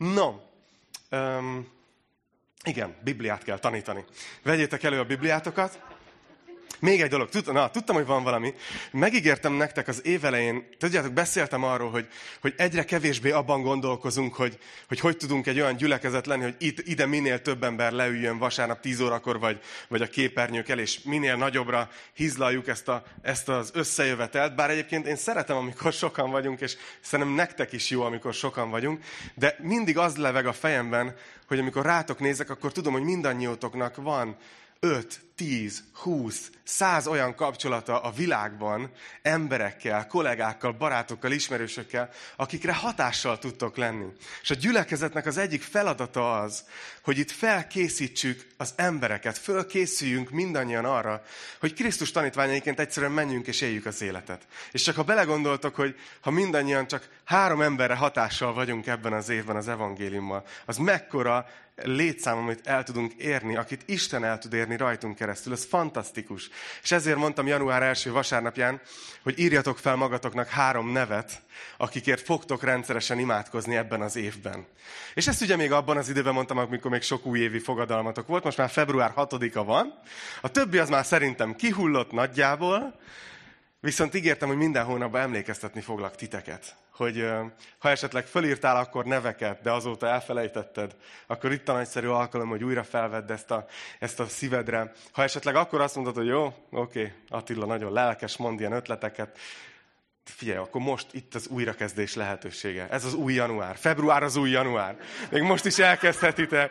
No, igen, Bibliát kell tanítani. Vegyétek elő a Bibliátokat. Még egy dolog, tudtam, hogy van valami. Megígértem nektek az év elején, tudjátok, beszéltem arról, hogy egyre kevésbé abban gondolkozunk, hogy tudunk egy olyan gyülekezet lenni, hogy ide minél több ember leüljön vasárnap 10 órakor, vagy a képernyők el, és minél nagyobbra hizlaljuk ezt az összejövetelt. Bár egyébként én szeretem, amikor sokan vagyunk, és szerintem nektek is jó, amikor sokan vagyunk, de mindig az leveg a fejemben, hogy amikor rátok nézek, akkor tudom, hogy mindannyiótoknak van 5, 10, 20, 100 olyan kapcsolata a világban, emberekkel, kollégákkal, barátokkal, ismerősökkel, akikre hatással tudtok lenni. És a gyülekezetnek az egyik feladata az, hogy itt felkészítsük az embereket, fölkészüljünk mindannyian arra, hogy Krisztus tanítványaiként egyszerűen menjünk és éljük az életet. És csak ha belegondoltok, hogy ha mindannyian csak 3 emberre hatással vagyunk ebben az évben az evangéliummal, az mekkora létszám, amit el tudunk érni, akit Isten el tud érni rajtunk keresztül. Ez fantasztikus. És ezért mondtam január 1. vasárnapján, hogy írjatok fel magatoknak 3 nevet, akikért fogtok rendszeresen imádkozni ebben az évben. És ezt ugye még abban az időben mondtam, amikor még sok újévi fogadalmatok volt, most már február 6-a van. A többi az már szerintem kihullott nagyjából, viszont ígértem, hogy minden hónapban emlékeztetni foglak titeket, hogy ha esetleg fölírtál akkor neveket, de azóta elfelejtetted, akkor itt a nagyszerű alkalom, hogy újra felvedd ezt a szívedre. Ha esetleg akkor azt mondod, hogy jó, oké, Attila nagyon lelkes, mond ilyen ötleteket, figyelj, akkor most itt az újrakezdés lehetősége. Ez az új január. Február az új január. Még most is elkezdhetitek.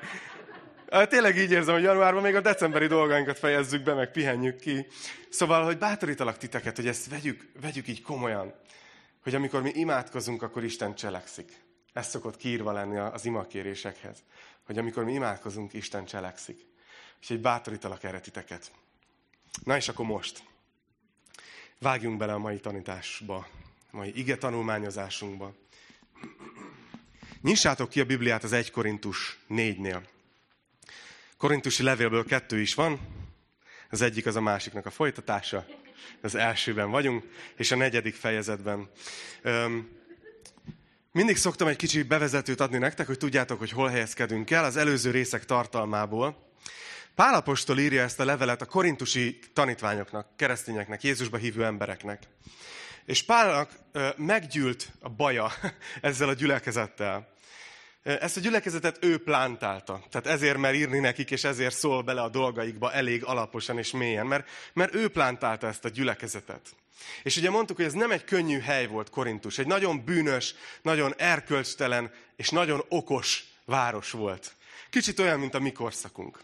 Tényleg így érzem, hogy januárban még a decemberi dolgainkat fejezzük be, meg pihenjük ki. Szóval, hogy bátorítalak titeket, hogy ezt vegyük így komolyan. Hogy amikor mi imádkozunk, akkor Isten cselekszik. Ez szokott kiírva lenni az imakérésekhez. Hogy amikor mi imádkozunk, Isten cselekszik. Úgyhogy bátorítalak erre titeket. Na és akkor most. Vágjunk bele a mai tanításba. A mai ige tanulmányozásunkba. Nyissátok ki a Bibliát az 1 Korintus 4-nél. Korintusi levélből 2 is van. Az egyik az a másiknak a folytatása. Az elsőben vagyunk, és a 4. fejezetben. Mindig szoktam egy kicsi bevezetőt adni nektek, hogy tudjátok, hogy hol helyezkedünk el az előző részek tartalmából. Pál apostol írja ezt a levelet a korintusi tanítványoknak, keresztényeknek, Jézusba hívő embereknek. És Pálnak meggyűlt a baja ezzel a gyülekezettel. Ezt a gyülekezetet ő plántálta. Tehát ezért mer írni nekik, és ezért szól bele a dolgaikba elég alaposan és mélyen. Mert ő plántálta ezt a gyülekezetet. És ugye mondtuk, hogy ez nem egy könnyű hely volt Korintus. Egy nagyon bűnös, nagyon erkölcstelen és nagyon okos város volt. Kicsit olyan, mint a mi korszakunk.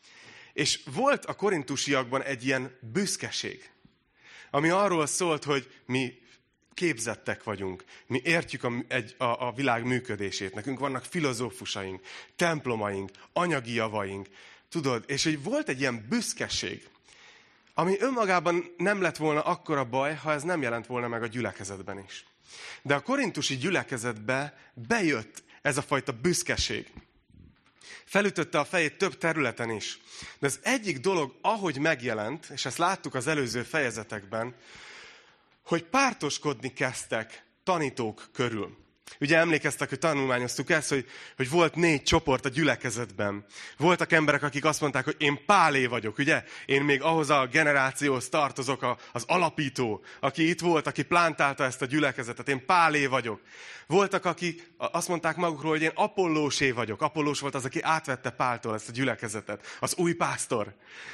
És volt a korintusiakban egy ilyen büszkeség, ami arról szólt, hogy mi képzettek vagyunk. Mi értjük a világ működését. Nekünk vannak filozófusaink, templomaink, anyagi javaink. Tudod, és hogy volt egy ilyen büszkeség, ami önmagában nem lett volna akkora baj, ha ez nem jelent volna meg a gyülekezetben is. De a korintusi gyülekezetbe bejött ez a fajta büszkeség. Felütötte a fejét több területen is. De az egyik dolog, ahogy megjelent, és ezt láttuk az előző fejezetekben, hogy pártoskodni kezdtek tanítók körül. Ugye emlékeztek, hogy tanulmányoztuk ezt, hogy volt 4 csoport a gyülekezetben. Voltak emberek, akik azt mondták, hogy én Pálé vagyok, ugye? Én még ahhoz a generációhoz tartozok, az alapító, aki itt volt, aki plántálta ezt a gyülekezetet. Én Pálé vagyok. Voltak, akik azt mondták magukról, hogy én Apollósé vagyok. Apollós volt az, aki átvette Páltól ezt a gyülekezetet. Az új pásztor.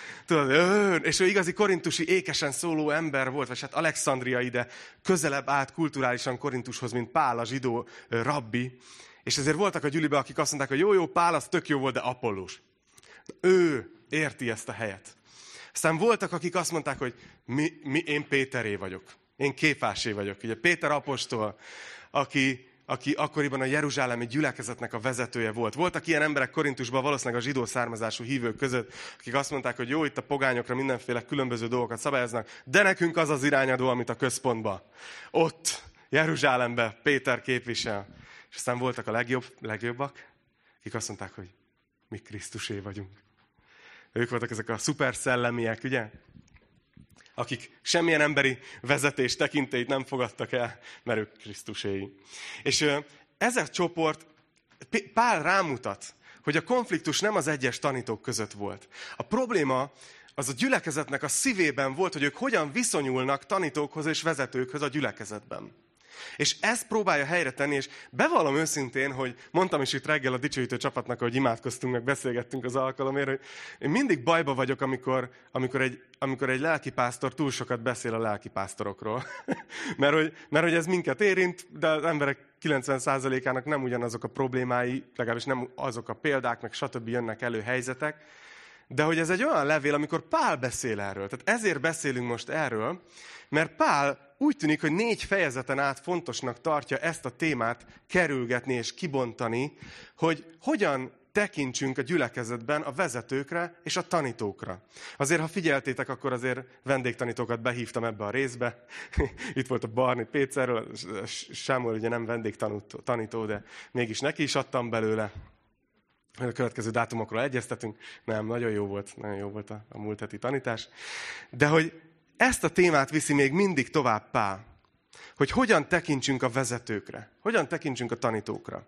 Tudod, és ő igazi korintusi ékesen szóló ember volt, vagy hát Alexandria ide közelebb állt kulturálisan Korintushoz, mint Pál, a zsidó rabbi. És ezért voltak a gyülibe, akik azt mondták, hogy jó, Pál az tök jó volt, de Apollós. Ő érti ezt a helyet. Aztán voltak, akik azt mondták, hogy én Péteré vagyok. Én Kéfásé vagyok. Ugye Péter apostol, aki akkoriban a jeruzsálemi gyülekezetnek a vezetője volt. Voltak ilyen emberek Korintusban, valószínűleg a zsidó származású hívők között, akik azt mondták, hogy jó, itt a pogányokra mindenféle különböző dolgokat szabályoznak, de nekünk az az irányadó, amit a központba. Ott, Jeruzsálembe Péter képvisel. És aztán voltak a legjobbak, akik azt mondták, hogy mi Krisztusé vagyunk. Ők voltak ezek a szuper szellemiek, ugye? Akik semmilyen emberi vezetés tekintélyt nem fogadtak el, mert ők Krisztuséi. És ez a csoport Pál rámutat, hogy a konfliktus nem az egyes tanítók között volt. A probléma az a gyülekezetnek a szívében volt, hogy ők hogyan viszonyulnak tanítókhoz és vezetőkhöz a gyülekezetben. És ezt próbálja helyre tenni, és bevallom őszintén, hogy mondtam is itt reggel a dicsőítő csapatnak, hogy imádkoztunk, meg beszélgettünk az alkalomért, hogy én mindig bajba vagyok, amikor egy lelkipásztor túl sokat beszél a lelkipásztorokról. mert hogy ez minket érint, de az emberek 90%-ának nem ugyanazok a problémái, legalábbis nem azok a példák, meg stb. Jönnek elő helyzetek. De hogy ez egy olyan levél, amikor Pál beszél erről. Tehát ezért beszélünk most erről, mert Pál úgy tűnik, hogy 4 fejezeten át fontosnak tartja ezt a témát kerülgetni és kibontani, hogy hogyan tekintsünk a gyülekezetben a vezetőkre és a tanítókra. Azért, ha figyeltétek, akkor azért vendégtanítókat behívtam ebbe a részbe. Itt volt a Barni Pécerről, Sámuel ugye nem vendégtanító, de mégis neki is adtam belőle. A következő dátumokról egyeztetünk. Nem, nagyon jó volt a múlt heti tanítás. De hogy ezt a témát viszi még mindig tovább Pál, hogy hogyan tekintsünk a vezetőkre, hogyan tekintsünk a tanítókra.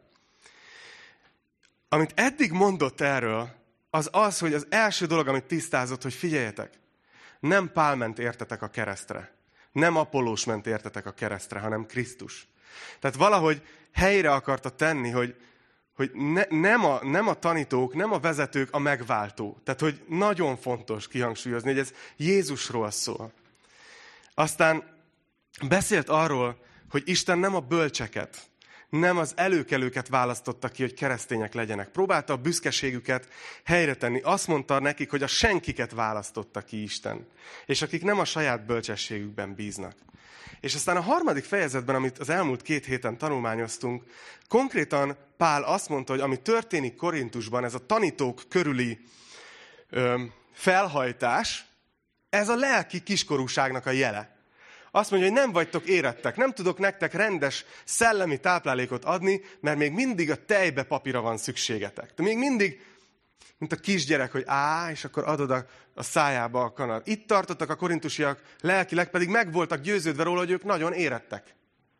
Amit eddig mondott erről, az, hogy az első dolog, amit tisztázott, hogy figyeljetek, nem Pál ment értetek a keresztre, nem Apollós ment értetek a keresztre, hanem Krisztus. Tehát valahogy helyre akarta tenni, hogy nem a tanítók, nem a vezetők a megváltó. Tehát, hogy nagyon fontos kihangsúlyozni, hogy ez Jézusról szól. Aztán beszélt arról, hogy Isten nem a bölcseket, nem az előkelőket választotta ki, hogy keresztények legyenek. Próbálta a büszkeségüket helyre tenni. Azt mondta nekik, hogy a senkiket választotta ki Isten, és akik nem a saját bölcsességükben bíznak. És aztán a 3. fejezetben, amit az elmúlt 2 héten tanulmányoztunk, konkrétan Pál azt mondta, hogy ami történik Korintusban, ez a tanítók körüli felhajtás, ez a lelki kiskorúságnak a jele. Azt mondja, hogy nem vagytok érettek, nem tudok nektek rendes szellemi táplálékot adni, mert még mindig a tejbe papíra van szükségetek. De még mindig, mint a kisgyerek, hogy és akkor adod a szájába a kanat. Itt tartottak a korintusiak lelkileg, pedig meg voltak győződve róla, hogy ők nagyon érettek.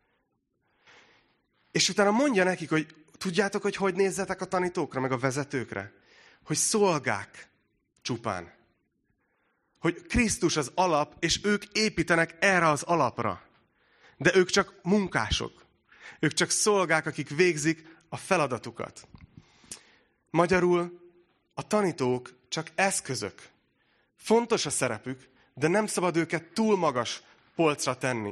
És utána mondja nekik, hogy tudjátok, hogy nézzetek a tanítókra, meg a vezetőkre? Hogy szolgák csupán. Hogy Krisztus az alap, és ők építenek erre az alapra. De ők csak munkások. Ők csak szolgák, akik végzik a feladatukat. Magyarul a tanítók csak eszközök. Fontos a szerepük, de nem szabad őket túl magas polcra tenni.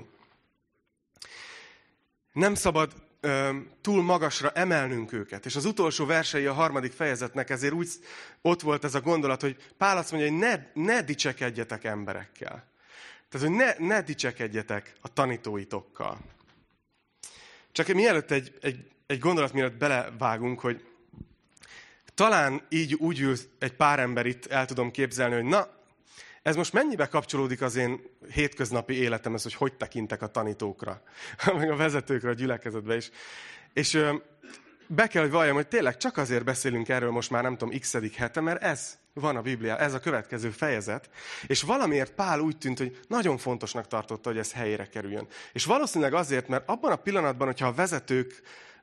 Nem szabad túl magasra emelnünk őket. És az utolsó versei a 3. fejezetnek ezért úgy ott volt ez a gondolat, hogy Pál azt mondja, hogy ne dicsekedjetek emberekkel. Tehát, hogy ne dicsekedjetek a tanítóitokkal. Csak mielőtt egy gondolat, mielőtt belevágunk, hogy talán így úgy ül egy pár ember itt, el tudom képzelni, hogy na, ez most mennyibe kapcsolódik az én hétköznapi életemhez, hogy tekintek a tanítókra, meg a vezetőkre a gyülekezetbe is. És be kell, hogy valljam, hogy tényleg csak azért beszélünk erről most már nem tudom x-edik hete, mert ez van a Bibliában, ez a következő fejezet. És valamiért Pál úgy tűnt, hogy nagyon fontosnak tartotta, hogy ez helyére kerüljön. És valószínűleg azért, mert abban a pillanatban, hogyha a vezetők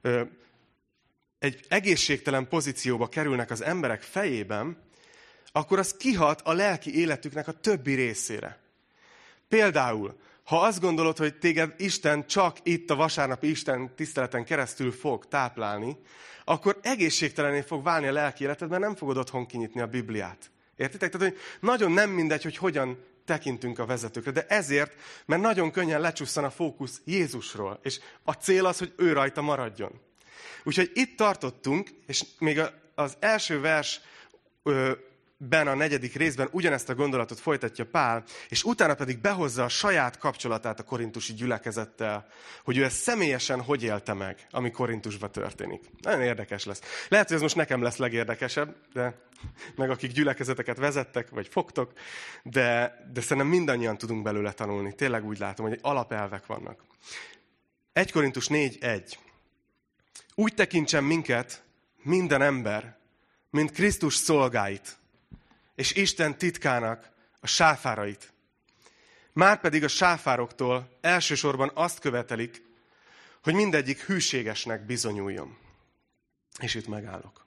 egy egészségtelen pozícióba kerülnek az emberek fejében, akkor az kihat a lelki életüknek a többi részére. Például, ha azt gondolod, hogy téged Isten csak itt a vasárnapi Isten tiszteleten keresztül fog táplálni, akkor egészségtelené fog válni a lelki életedben, nem fogod otthon kinyitni a Bibliát. Értitek? Tehát, hogy nagyon nem mindegy, hogy hogyan tekintünk a vezetőkre, de ezért, mert nagyon könnyen lecsusszan a fókusz Jézusról, és a cél az, hogy ő rajta maradjon. Úgyhogy itt tartottunk, és még az első versben, a 4. részben ugyanezt a gondolatot folytatja Pál, és utána pedig behozza a saját kapcsolatát a korintusi gyülekezettel, hogy ő ezt személyesen hogy élte meg, ami Korintusban történik. Nagyon érdekes lesz. Lehet, hogy ez most nekem lesz legérdekesebb, de meg akik gyülekezeteket vezettek, vagy fogtok, de szerintem mindannyian tudunk belőle tanulni. Tényleg úgy látom, hogy alapelvek vannak. 1 Korintus 4:1. Úgy tekintsen minket minden ember, mint Krisztus szolgáit, és Isten titkának a sáfárait. Márpedig a sáfároktól elsősorban azt követelik, hogy mindegyik hűségesnek bizonyuljon. És itt megállok.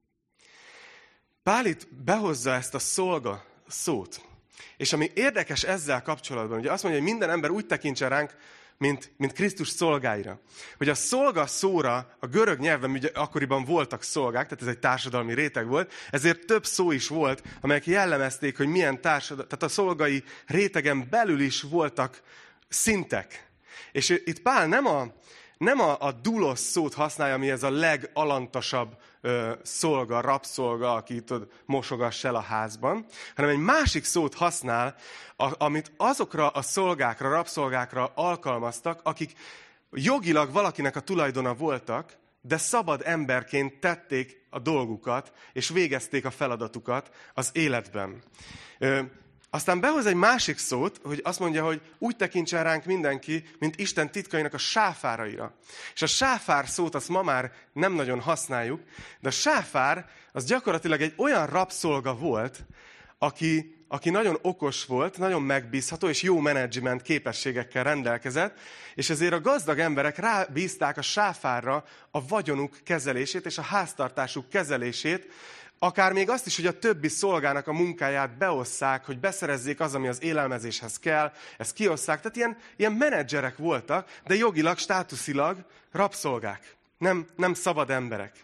Pál itt behozza ezt a szolga szót. És ami érdekes ezzel kapcsolatban, ugye azt mondja, hogy minden ember úgy tekintsen ránk, mint Krisztus szolgáira. Hogy a szolga szóra a görög nyelven, ugye akkoriban voltak szolgák, tehát ez egy társadalmi réteg volt, ezért több szó is volt, amelyek jellemezték, hogy milyen tehát a szolgai rétegen belül is voltak szintek. És itt Pál nem a dulos szót használja, ami ez a legalantasabb szolga, rabszolga, aki mosogass el a házban, hanem egy másik szót használ, amit azokra a szolgákra, rabszolgákra alkalmaztak, akik jogilag valakinek a tulajdona voltak, de szabad emberként tették a dolgukat, és végezték a feladatukat az életben. Aztán behoz egy másik szót, hogy azt mondja, hogy úgy tekintsen ránk mindenki, mint Isten titkainak a sáfáraira. És a sáfár szót azt ma már nem nagyon használjuk, de a sáfár az gyakorlatilag egy olyan rabszolga volt, aki nagyon okos volt, nagyon megbízható, és jó menedzsment képességekkel rendelkezett, és ezért a gazdag emberek rábízták a sáfárra a vagyonuk kezelését és a háztartásuk kezelését, akár még azt is, hogy a többi szolgának a munkáját beosszák, hogy beszerezzék az, ami az élelmezéshez kell, ezt kiosszák. Tehát ilyen menedzserek voltak, de jogilag, státuszilag rabszolgák, nem szabad emberek.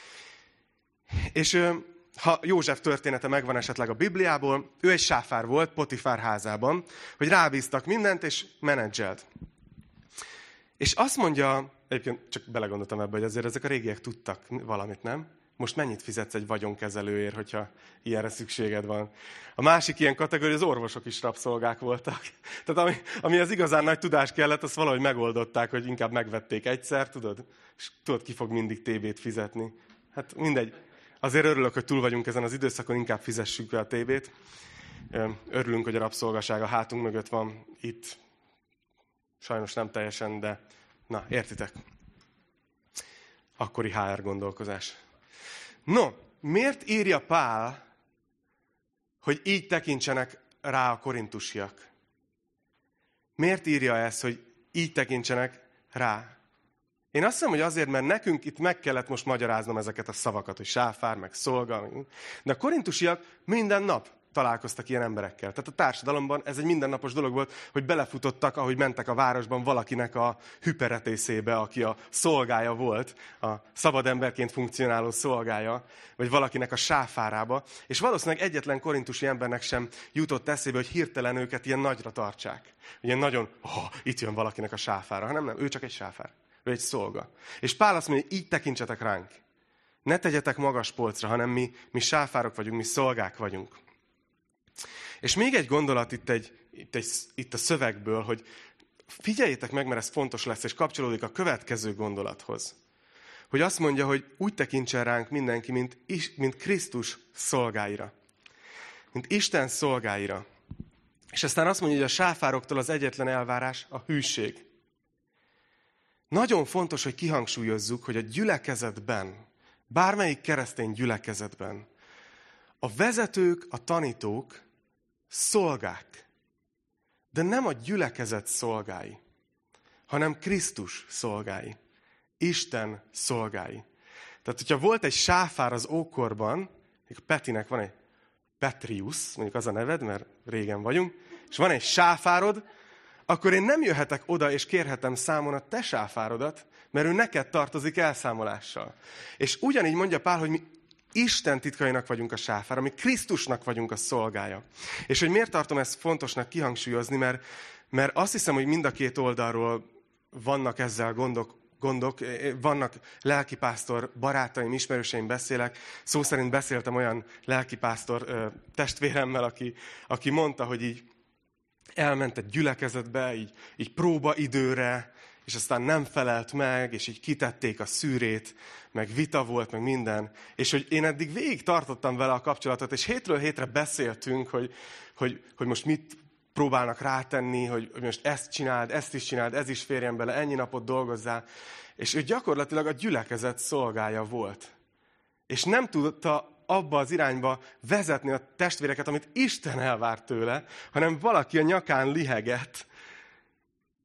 És ha József története megvan esetleg a Bibliából, ő egy sáfár volt Potifár házában, hogy rábíztak mindent, és menedzselt. És azt mondja, egyébként csak belegondoltam ebbe, hogy azért ezek a régiek tudtak valamit, nem? Most mennyit fizetsz egy vagyonkezelőért, hogyha ilyenre szükséged van? A másik ilyen kategória, az orvosok is rabszolgák voltak. Tehát ami az igazán nagy tudás kellett, azt valahogy megoldották, hogy inkább megvették egyszer, tudod? És tudod, ki fog mindig TB-t fizetni. Hát mindegy. Azért örülök, hogy túl vagyunk ezen az időszakon, inkább fizessük be a TB-t. Örülünk, hogy a rabszolgaság a hátunk mögött van itt. Sajnos nem teljesen, de na, értitek? Akkori HR gondolkozás. No, miért írja Pál, hogy így tekintsenek rá a korintusiak? Miért írja ezt, hogy így tekintsenek rá? Én azt hiszem, hogy azért, mert nekünk itt meg kellett most magyaráznom ezeket a szavakat, hogy sáfár, meg szolga, de a korintusiak minden nap találkoztak ilyen emberekkel. Tehát a társadalomban ez egy mindennapos dolog volt, hogy belefutottak, ahogy mentek a városban valakinek a hüperetészébe, aki a szolgája volt, a szabad emberként funkcionáló szolgája, vagy valakinek a sáfárába, és valószínűleg egyetlen korintusi embernek sem jutott eszébe, hogy hirtelen őket ilyen nagyra tartsák. Ilyen nagyon, itt jön valakinek a sáfára, hanem nem, ő csak egy sáfár, ő egy szolga. És Pál azt mondja, hogy így tekintsetek ránk. Ne tegyetek magas polcra, hanem mi sáfárok vagyunk, mi szolgák vagyunk. És még egy gondolat itt a szövegből, hogy figyeljétek meg, mert ez fontos lesz, és kapcsolódik a következő gondolathoz. Hogy azt mondja, hogy úgy tekintsen ránk mindenki, mint Krisztus szolgáira. Mint Isten szolgáira. És aztán azt mondja, hogy a sáfároktól az egyetlen elvárás a hűség. Nagyon fontos, hogy kihangsúlyozzuk, hogy a gyülekezetben, bármelyik keresztény gyülekezetben, a vezetők, a tanítók szolgák, de nem a gyülekezet szolgái, hanem Krisztus szolgái, Isten szolgái. Tehát, hogyha volt egy sáfár az ókorban, Petinek van egy Petrius, mondjuk az a neved, mert régen vagyunk, és van egy sáfárod, akkor én nem jöhetek oda, és kérhetem számon a te sáfárodat, mert ő neked tartozik elszámolással. És ugyanígy mondja Pál, hogy mi Isten titkainak vagyunk a sáfára, mi Krisztusnak vagyunk a szolgája. És hogy miért tartom ezt fontosnak kihangsúlyozni, mert azt hiszem, hogy mind a két oldalról vannak ezzel gondok, vannak lelkipásztor barátaim, ismerőseim beszélek. Szó szerint beszéltem olyan lelkipásztor testvéremmel, aki mondta, hogy így elment egy gyülekezetbe, így próbaidőre, és aztán nem felelt meg, és így kitették a szűrét, meg vita volt, meg minden. És hogy én eddig végig tartottam vele a kapcsolatot, és hétről hétre beszéltünk, hogy most mit próbálnak rátenni, hogy most ezt csináld, ezt is csináld, ez is férjen bele, ennyi napot dolgozzál. És ő gyakorlatilag a gyülekezet szolgája volt. És nem tudta abba az irányba vezetni a testvéreket, amit Isten elvárt tőle, hanem valaki a nyakán lihegett.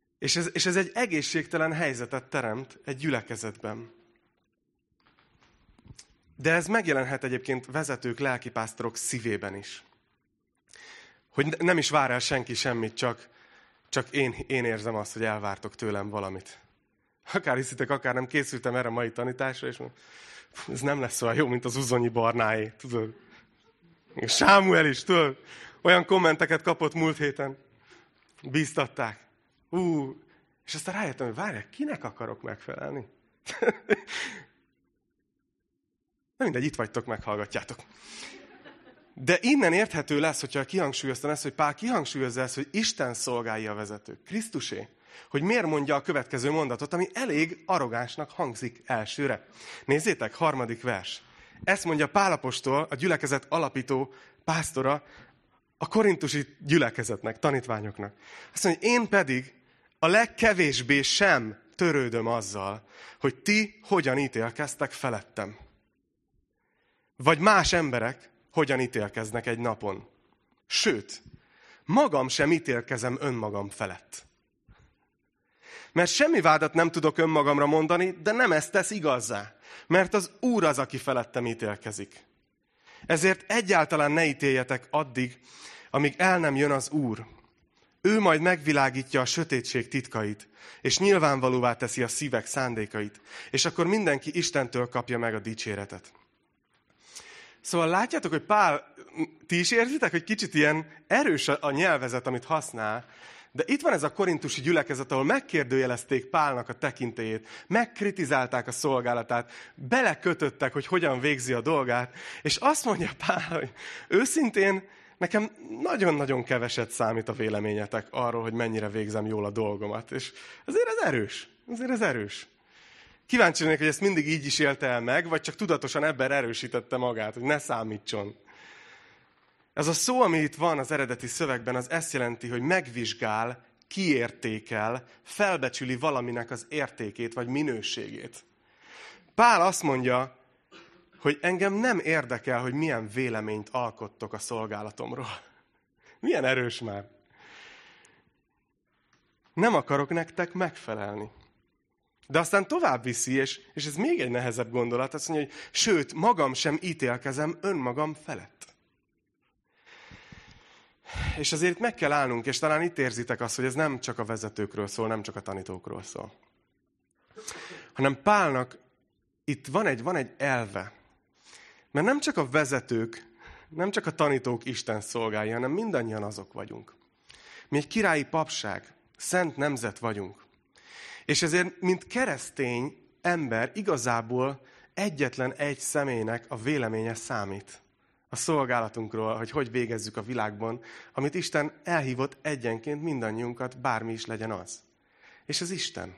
És ez egy egészségtelen helyzetet teremt egy gyülekezetben. De ez megjelenhet egyébként vezetők, lelkipásztorok szívében is. Hogy nem is vár el senki semmit, csak én érzem azt, hogy elvártok tőlem valamit. Akár hiszitek, akár nem, készültem erre a mai tanításra, és mondom, ez nem lesz olyan jó, mint az Uzonyi Barnáé, tudod. Sámuel is, tudod. Olyan kommenteket kapott múlt héten. Bíztatták. És aztán rájöttem, hogy várják, kinek akarok megfelelni? Na mindegy, itt vagytok, meghallgatjátok. De innen érthető lesz, hogyha kihangsúlyoztam ezt, hogy Pál kihangsúlyozza ezt, hogy Isten szolgálja a vezetők. Krisztusé. Hogy miért mondja a következő mondatot, ami elég arrogánsnak hangzik elsőre. Nézzétek, 3. vers. Ezt mondja Pál apostol, a gyülekezet alapító pásztora, a korintusi gyülekezetnek, tanítványoknak. Azt mondja, én pedig a legkevésbé sem törődöm azzal, hogy ti hogyan ítélkeztek felettem. Vagy más emberek hogyan ítélkeznek egy napon. Sőt, magam sem ítélkezem önmagam felett. Mert semmi vádat nem tudok önmagamra mondani, de nem ezt tesz igazzá. Mert az Úr az, aki felettem ítélkezik. Ezért egyáltalán ne ítéljetek addig, amíg el nem jön az Úr. Ő majd megvilágítja a sötétség titkait, és nyilvánvalóvá teszi a szívek szándékait, és akkor mindenki Istentől kapja meg a dicséretet. Szóval látjátok, hogy Pál, ti is érzitek, hogy kicsit ilyen erős a nyelvezet, amit használ, de itt van ez a korintusi gyülekezet, ahol megkérdőjelezték Pálnak a tekintélyét, megkritizálták a szolgálatát, belekötöttek, hogy hogyan végzi a dolgát, és azt mondja Pál, hogy őszintén nekem nagyon-nagyon keveset számít a véleményetek arról, hogy mennyire végzem jól a dolgomat. És azért ez erős. Kíváncsi lennék, hogy ezt mindig így is élte el meg, vagy csak tudatosan ebben erősítette magát, hogy ne számítson. Ez a szó, ami itt van az eredeti szövegben, az ezt jelenti, hogy megvizsgál, kiértékel, felbecsüli valaminek az értékét vagy minőségét. Pál azt mondja, hogy engem nem érdekel, hogy milyen véleményt alkottok a szolgálatomról. Milyen erős már. Nem akarok nektek megfelelni. De aztán tovább viszi, és ez még egy nehezebb gondolat, azt mondja, hogy sőt, magam sem ítélkezem önmagam felett. És azért meg kell állnunk, és talán itt érzitek azt, hogy ez nem csak a vezetőkről szól, nem csak a tanítókról szól. Hanem Pálnak itt van egy elve. Mert nem csak a vezetők, nem csak a tanítók Isten szolgálja, hanem mindannyian azok vagyunk. Mi egy királyi papság, szent nemzet vagyunk. És ezért, mint keresztény ember, igazából egyetlen egy személynek a véleménye számít. A szolgálatunkról, hogy végezzük a világban, amit Isten elhívott egyenként mindannyiunkat, bármi is legyen az. És az Isten.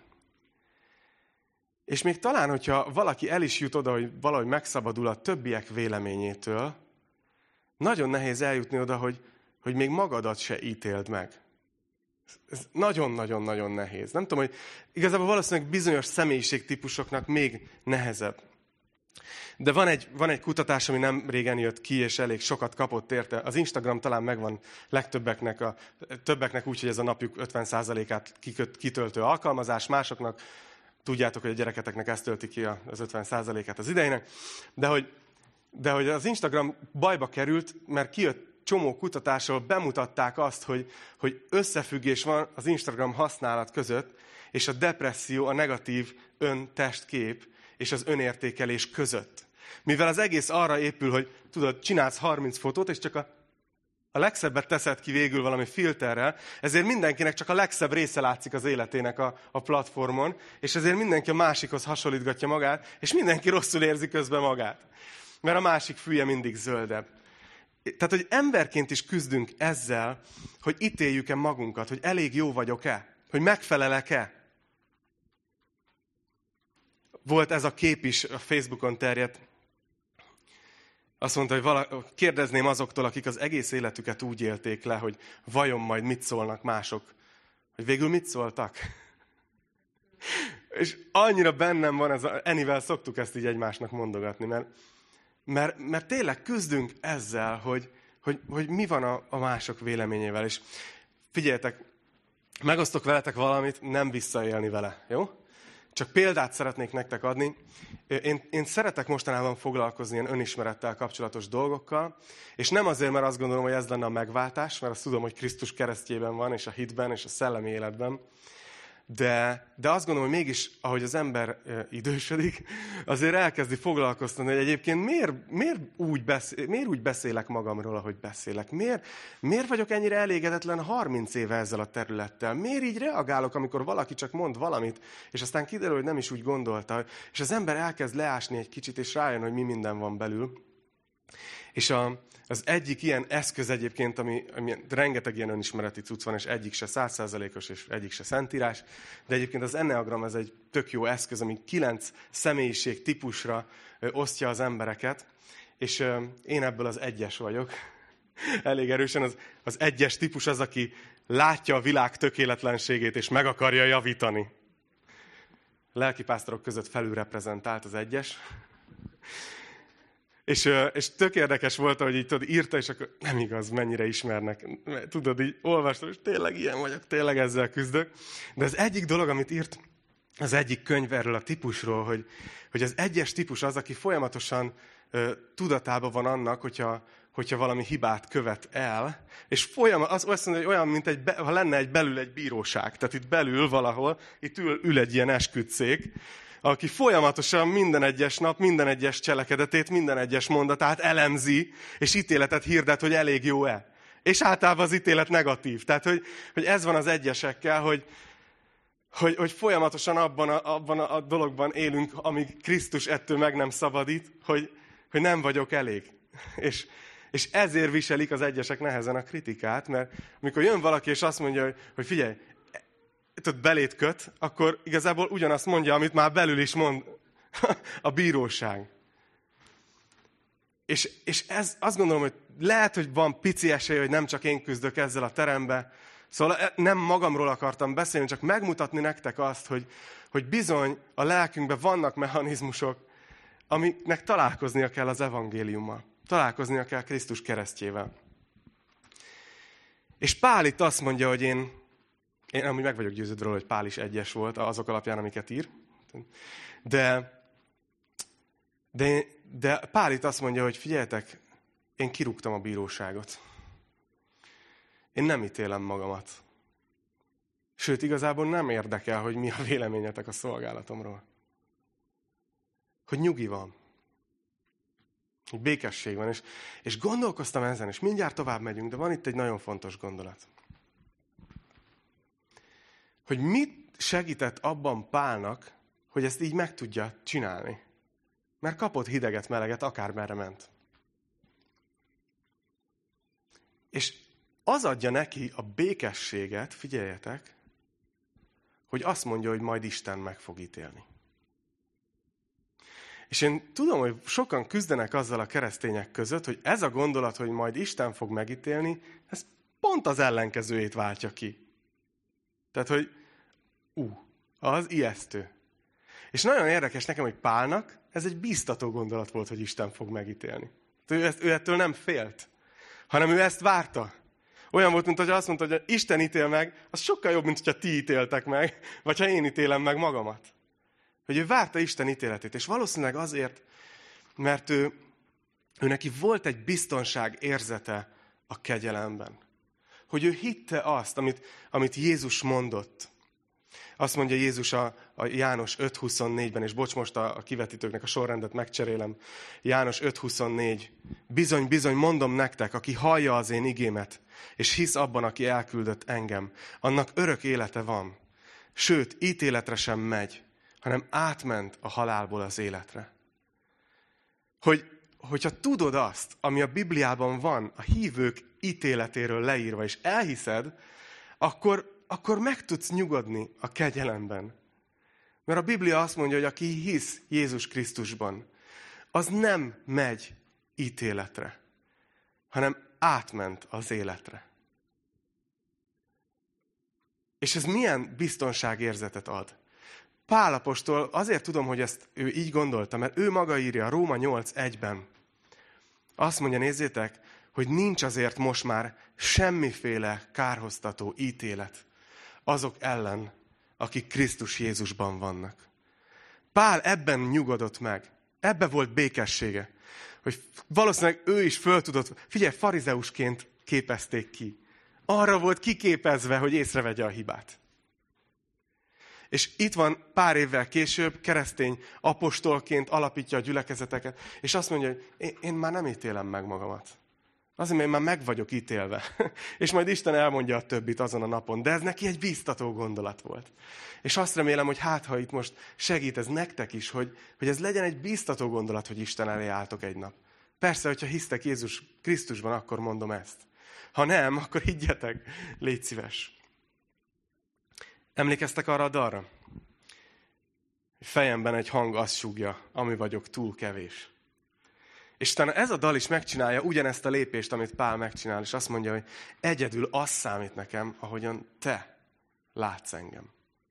És még talán, hogyha valaki el is jut oda, hogy valahogy megszabadul a többiek véleményétől, nagyon nehéz eljutni oda, hogy még magadat se ítéld meg. Ez nagyon-nagyon-nagyon nehéz. Nem tudom, hogy igazából valószínűleg bizonyos személyiségtípusoknak még nehezebb. De van egy kutatás, ami nem régen jött ki, és elég sokat kapott érte. Az Instagram talán megvan többeknek úgy, hogy ez a napjuk 50%-át kitöltő alkalmazás, másoknak tudjátok, hogy a gyereketeknek ezt tölti ki az 50%-át az idejének. De hogy az Instagram bajba került, mert kijött csomó kutatásról, bemutatták azt, hogy összefüggés van az Instagram használat között, és a depresszió, a negatív öntestkép és az önértékelés között. Mivel az egész arra épül, hogy tudod, csinálsz 30 fotót, és csak a legszebbet teszed ki végül valami filterrel, ezért mindenkinek csak a legszebb része látszik az életének a platformon, és ezért mindenki a másikhoz hasonlítgatja magát, és mindenki rosszul érzi közben magát. Mert a másik fülye mindig zöldebb. Tehát, hogy emberként is küzdünk ezzel, hogy ítéljük-e magunkat, hogy elég jó vagyok-e, hogy megfelelek-e. Volt ez a kép is, a Facebookon terjedt. Azt mondta, hogy kérdezném azoktól, akik az egész életüket úgy élték le, hogy vajon majd mit szólnak mások, hogy végül mit szóltak. És annyira bennem van, Enivel szoktuk ezt így egymásnak mondogatni, mert tényleg küzdünk ezzel, hogy mi van a mások véleményével. És figyeljetek, megosztok veletek valamit, nem visszaélni vele, jó? Csak példát szeretnék nektek adni. Én szeretek mostanában foglalkozni ilyen önismerettel kapcsolatos dolgokkal, és nem azért, mert azt gondolom, hogy ez lenne a megváltás, mert azt tudom, hogy Krisztus keresztjében van, és a hitben, és a szellemi életben. De azt gondolom, hogy mégis, ahogy az ember idősödik, azért elkezdi foglalkoztatni, hogy egyébként miért úgy beszélek magamról, ahogy beszélek? Miért vagyok ennyire elégedetlen 30 éve ezzel a területtel? Miért így reagálok, amikor valaki csak mond valamit, és aztán kiderül, hogy nem is úgy gondolta? És az ember elkezd leásni egy kicsit, és rájön, hogy mi minden van belül. És az egyik ilyen eszköz egyébként, ami rengeteg ilyen önismereti cucc van, és egyik se 100%-os, és egyik se szentírás, de egyébként az Enneagram ez egy tök jó eszköz, ami 9 személyiség típusra osztja az embereket, és én ebből az 1-es vagyok. Elég erősen az 1-es típus az, aki látja a világ tökéletlenségét, és meg akarja javítani. Lelkipásztorok között felülreprezentált az 1-es. És tök érdekes volt, hogy így tudod, írta, és akkor nem igaz, mennyire ismernek. Tudod, így olvastam, és tényleg ilyen vagyok, tényleg ezzel küzdök. De az egyik dolog, amit írt az egyik könyv erről a típusról, hogy az 1-es típus az, aki folyamatosan tudatában van annak, hogyha valami hibát követ el, és azt mondja, hogy olyan, mint ha lenne belül egy bíróság. Tehát itt belül valahol, itt ül egy ilyen esküdtszék, aki folyamatosan minden egyes nap, minden egyes cselekedetét, minden egyes mondatát elemzi, és ítéletet hirdet, hogy elég jó-e. És általában az ítélet negatív. Tehát, hogy ez van az 1-esekkel, hogy folyamatosan abban a dologban élünk, amíg Krisztus ettől meg nem szabadít, hogy nem vagyok elég. És ezért viselik az 1-esek nehezen a kritikát, mert amikor jön valaki, és azt mondja, hogy figyelj, belét köt, akkor igazából ugyanazt mondja, amit már belül is mond a bíróság. És ez azt gondolom, hogy lehet, hogy van pici esély, hogy nem csak én küzdök ezzel a terembe. Szóval nem magamról akartam beszélni, csak megmutatni nektek azt, hogy bizony a lelkünkben vannak mechanizmusok, amiknek találkoznia kell az evangéliummal. Találkoznia kell Krisztus keresztjével. És Pál itt azt mondja, hogy én amúgy meg vagyok győződve róla, hogy Pál is 1-es volt azok alapján, amiket ír. De Pál itt azt mondja, hogy figyeljetek, én kirúgtam a bíróságot. Én nem ítélem magamat. Sőt, igazából nem érdekel, hogy mi a véleményetek a szolgálatomról. Hogy nyugi van. Hogy békesség van. És gondolkoztam ezen, és mindjárt tovább megyünk, de van itt egy nagyon fontos gondolat. Hogy mit segített abban Pálnak, hogy ezt így meg tudja csinálni. Mert kapott hideget, meleget, akármerre ment. És az adja neki a békességet, figyeljetek, hogy azt mondja, hogy majd Isten meg fog ítélni. És én tudom, hogy sokan küzdenek azzal a keresztények között, hogy ez a gondolat, hogy majd Isten fog megítélni, ez pont az ellenkezőjét váltja ki. Tehát, hogy az ijesztő. És nagyon érdekes nekem, hogy Pálnak ez egy bíztató gondolat volt, hogy Isten fog megítélni. Ő ettől nem félt, hanem ő ezt várta. Olyan volt, mint hogy azt mondta, hogy Isten ítél meg, az sokkal jobb, mint hogyha ti ítéltek meg, vagy ha én ítélem meg magamat. Hogy ő várta Isten ítéletét. És valószínűleg azért, mert ő neki volt egy biztonság érzete a kegyelemben. Hogy ő hitte azt, amit Jézus mondott. Azt mondja Jézus a János 5.24-ben, és bocs, most a kivetítőknek a sorrendet megcserélem. János 5.24. Bizony, bizony, mondom nektek, aki hallja az én igémet, és hisz abban, aki elküldött engem, annak örök élete van. Sőt, ítéletre sem megy, hanem átment a halálból az életre. Hogyha tudod azt, ami a Bibliában van, a hívők ítéletéről leírva, és elhiszed, akkor meg tudsz nyugodni a kegyelemben. Mert a Biblia azt mondja, hogy aki hisz Jézus Krisztusban, az nem megy ítéletre, hanem átment az életre. És ez milyen biztonságérzetet ad? Pál apostol, azért tudom, hogy ezt ő így gondolta, mert ő maga írja a Róma 8.1-ben. Azt mondja, nézzétek, hogy nincs azért most már semmiféle kárhoztató ítélet azok ellen, akik Krisztus Jézusban vannak. Pál ebben nyugodott meg. Ebbe volt békessége. Hogy valószínűleg ő is föl tudott, figyelj, farizeusként képezték ki. Arra volt kiképezve, hogy észrevegye a hibát. És itt van pár évvel később, keresztény apostolként alapítja a gyülekezeteket, és azt mondja, hogy én már nem ítélem meg magamat. Azért, mert én már meg vagyok ítélve. És majd Isten elmondja a többit azon a napon. De ez neki egy bíztató gondolat volt. És azt remélem, hogy ha itt most segít ez nektek is, hogy ez legyen egy bíztató gondolat, hogy Isten elé álltok egy nap. Persze, hogyha hisztek Jézus Krisztusban, akkor mondom ezt. Ha nem, akkor higgyetek, légy szíves. Emlékeztek arra a dalra? Fejemben egy hang azt súgja, ami vagyok, túl kevés. És utána ez a dal is megcsinálja ugyanezt a lépést, amit Pál megcsinál, és azt mondja, hogy egyedül az számít nekem, ahogyan te látsz engem.